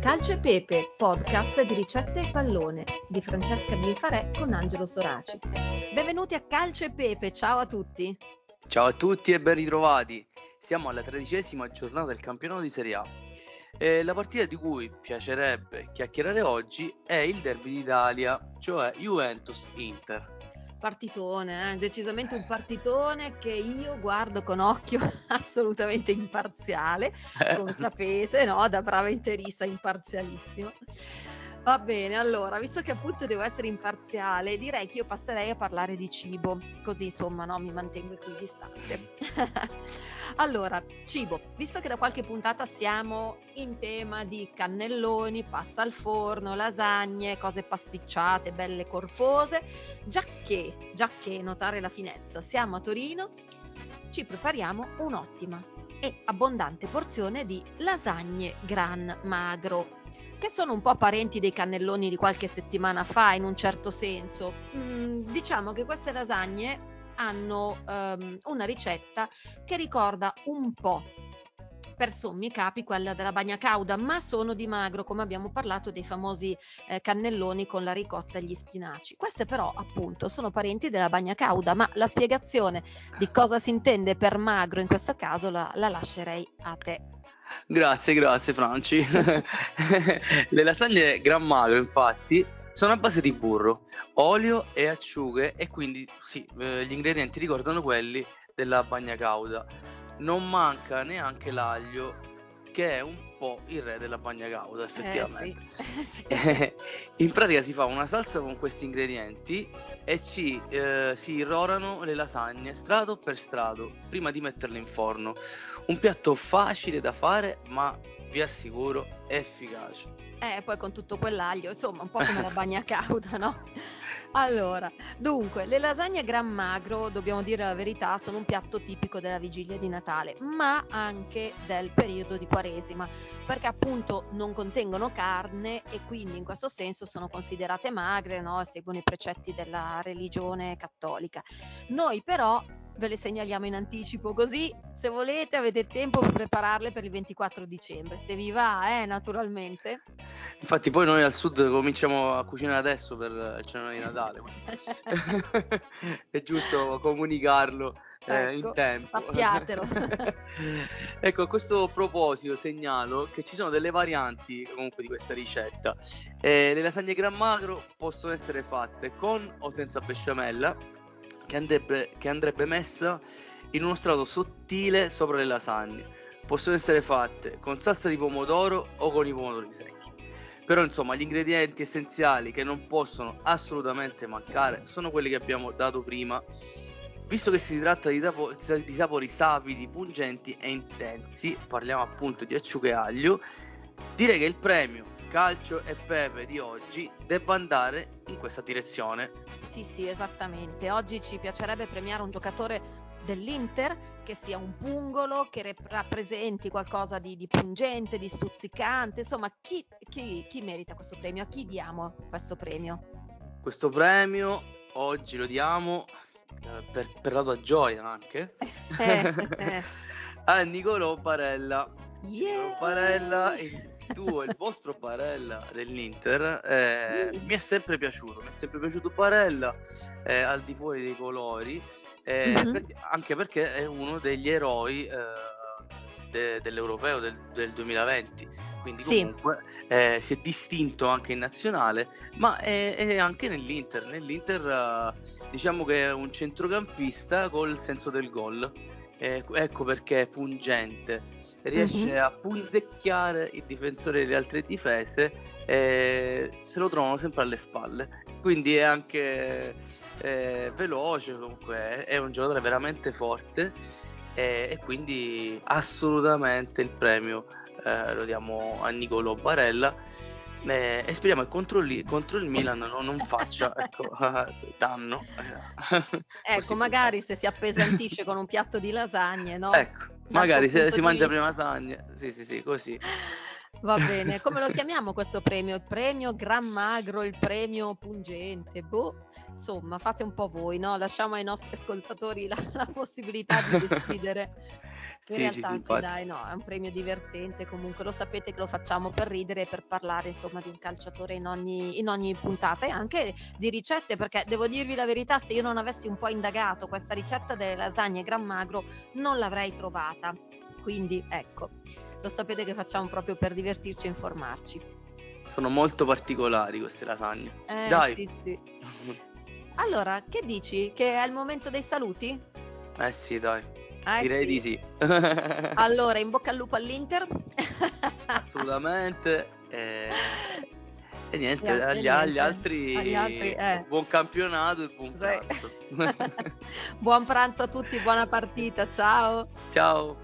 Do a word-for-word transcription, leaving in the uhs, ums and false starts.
Calcio e Pepe, podcast di ricette e pallone di Francesca Binfarè con Angelo Soraci. Benvenuti a Calcio e Pepe, ciao a tutti. Ciao a tutti e ben ritrovati. Siamo alla tredicesima giornata del campionato di Serie A. E la partita di cui piacerebbe chiacchierare oggi è il derby d'Italia, cioè Juventus-Inter. Partitone, eh? decisamente un partitone che io guardo con occhio assolutamente imparziale, come sapete, no? Da brava interista imparzialissima. Va bene, allora, visto che appunto devo essere imparziale, direi che io passerei a parlare di cibo, così insomma no, mi mantengo equidistante. Allora, cibo, visto che da qualche puntata siamo in tema di cannelloni, pasta al forno, lasagne, cose pasticciate, belle corpose, giacché, giacché notare la finezza, siamo a Torino, ci prepariamo un'ottima e abbondante porzione di lasagne Gran Magro, che sono un po' parenti dei cannelloni di qualche settimana fa in un certo senso. Mm, diciamo che queste lasagne hanno um, una ricetta che ricorda un po' per sommi capi quella della bagna cauda, ma sono di magro, come abbiamo parlato dei famosi eh, cannelloni con la ricotta e gli spinaci. Queste però appunto sono parenti della bagna cauda, ma la spiegazione di cosa si intende per magro in questo caso la, la lascerei a te. Grazie, grazie Franci. Le lasagne Gran Magro infatti sono a base di burro, olio e acciughe e quindi sì, eh, gli ingredienti ricordano quelli della bagna cauda. Non manca neanche l'aglio, che è un po' il re della bagna cauda effettivamente. Eh, sì. Sì. In pratica si fa una salsa con questi ingredienti e ci eh, si irrorano le lasagne strato per strato prima di metterle in forno. Un piatto facile da fare, ma vi assicuro efficace. Eh, poi con tutto quell'aglio, insomma, un po' come la bagna cauda, no? Allora, dunque, le lasagne Gran Magro, dobbiamo dire la verità, sono un piatto tipico della vigilia di Natale, ma anche del periodo di Quaresima, perché appunto non contengono carne e quindi in questo senso sono considerate magre, no? Seguono i precetti della religione cattolica. Noi però ve le segnaliamo in anticipo, così se volete avete tempo per prepararle per il ventiquattro dicembre, se vi va, eh, naturalmente. Infatti poi noi al sud cominciamo a cucinare adesso per il cenone di Natale. È giusto comunicarlo eh, ecco, in tempo. Sappiatelo. Ecco, a questo proposito segnalo che ci sono delle varianti comunque di questa ricetta. Eh, le lasagne Gran Magro possono essere fatte con o senza besciamella, che andrebbe, che andrebbe messa in uno strato sottile sopra le lasagne. Possono essere fatte con salsa di pomodoro o con i pomodori secchi. Però insomma gli ingredienti essenziali che non possono assolutamente mancare sono quelli che abbiamo dato prima. Visto che si tratta di, tapo- di sapori sapidi, pungenti e intensi, parliamo appunto di acciughe e aglio, direi che il premio Calcio e Pepe di oggi debba andare in questa direzione. Sì, sì, esattamente. Oggi ci piacerebbe premiare un giocatore dell'Inter che sia un pungolo, che rep- rappresenti qualcosa di, di pungente, di stuzzicante, insomma, chi, chi, chi merita questo premio? A chi diamo questo premio? Questo premio oggi lo diamo eh, per, per la tua gioia anche eh, eh. a Nicolò Barella. Yeah! Nicolò Barella, il tuo, il vostro Barella dell'Inter, eh, Mm. mi è sempre piaciuto, mi è sempre piaciuto Barella, eh, al di fuori dei colori, eh, Mhm. per- anche perché è uno degli eroi eh, de- dell'Europeo del, del duemilaventi, quindi Sì. comunque eh, si è distinto anche in nazionale, ma è, è anche nell'Inter. Nell'Inter eh, diciamo che è un centrocampista col senso del gol. Eh, ecco perché è pungente, riesce Mhm. a punzecchiare il difensore delle altre difese e se lo trovano sempre alle spalle, quindi è anche eh, veloce, comunque è un giocatore veramente forte e, e quindi assolutamente il premio eh, lo diamo a Nicolò Barella. Eh, e speriamo che contro, li, contro il Milan non, non faccia ecco, danno. Ecco, Così magari puntuale. se si appesantisce con un piatto di lasagne, no? Ecco, Dal magari tuo se punto si di mangia vista. prima lasagne, sì sì sì, così. Va bene, come lo chiamiamo questo premio? Il premio Gran Magro, il premio pungente? Boh, insomma, fate un po' voi, no? Lasciamo ai nostri ascoltatori la, la possibilità di decidere. In Sì, sì, sì, realtà sì infatti. dai, no, è un premio divertente comunque, lo sapete che lo facciamo per ridere e per parlare insomma di un calciatore in ogni in ogni puntata e anche di ricette, perché devo dirvi la verità, se io non avessi un po' indagato questa ricetta delle lasagne Gran Magro non l'avrei trovata. Quindi ecco, lo sapete che facciamo proprio per divertirci e informarci. Sono molto particolari queste lasagne. Eh Dai. sì, sì. Allora, che dici? Che è il momento dei saluti? Eh sì, dai. Eh Direi di sì. sì. Allora, in bocca al lupo all'Inter. Assolutamente. Ehm, e E niente, al e agli agli niente, agli altri altri eh. buon campionato e buon Sì. pranzo. Buon pranzo a tutti, buona partita, ciao. Ciao.